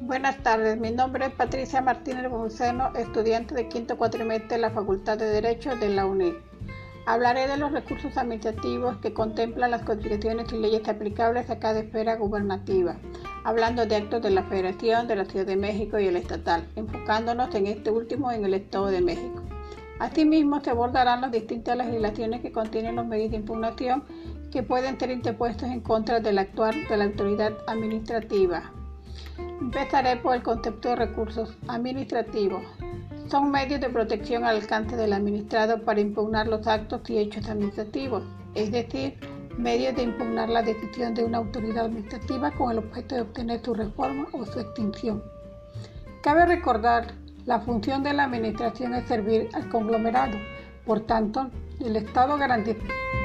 Buenas tardes, mi nombre es Patricia Martínez Bonceno, estudiante de quinto cuatrimestre de la Facultad de Derecho de la UNID. Hablaré de los recursos administrativos que contemplan las constituciones y leyes aplicables a cada esfera gubernativa, hablando de actos de la Federación, de la Ciudad de México y el estatal, enfocándonos en este último en el Estado de México. Asimismo, se abordarán las distintas legislaciones que contienen los medios de impugnación que pueden ser interpuestos en contra del actuar de la autoridad administrativa. Empezaré por el concepto de recursos administrativos. Son medios de protección al alcance del administrado para impugnar los actos y hechos administrativos, es decir, medios de impugnar la decisión de una autoridad administrativa con el objeto de obtener su reforma o su extinción. Cabe recordar, la función de la administración es servir al conglomerado, por tanto, el Estado garantiza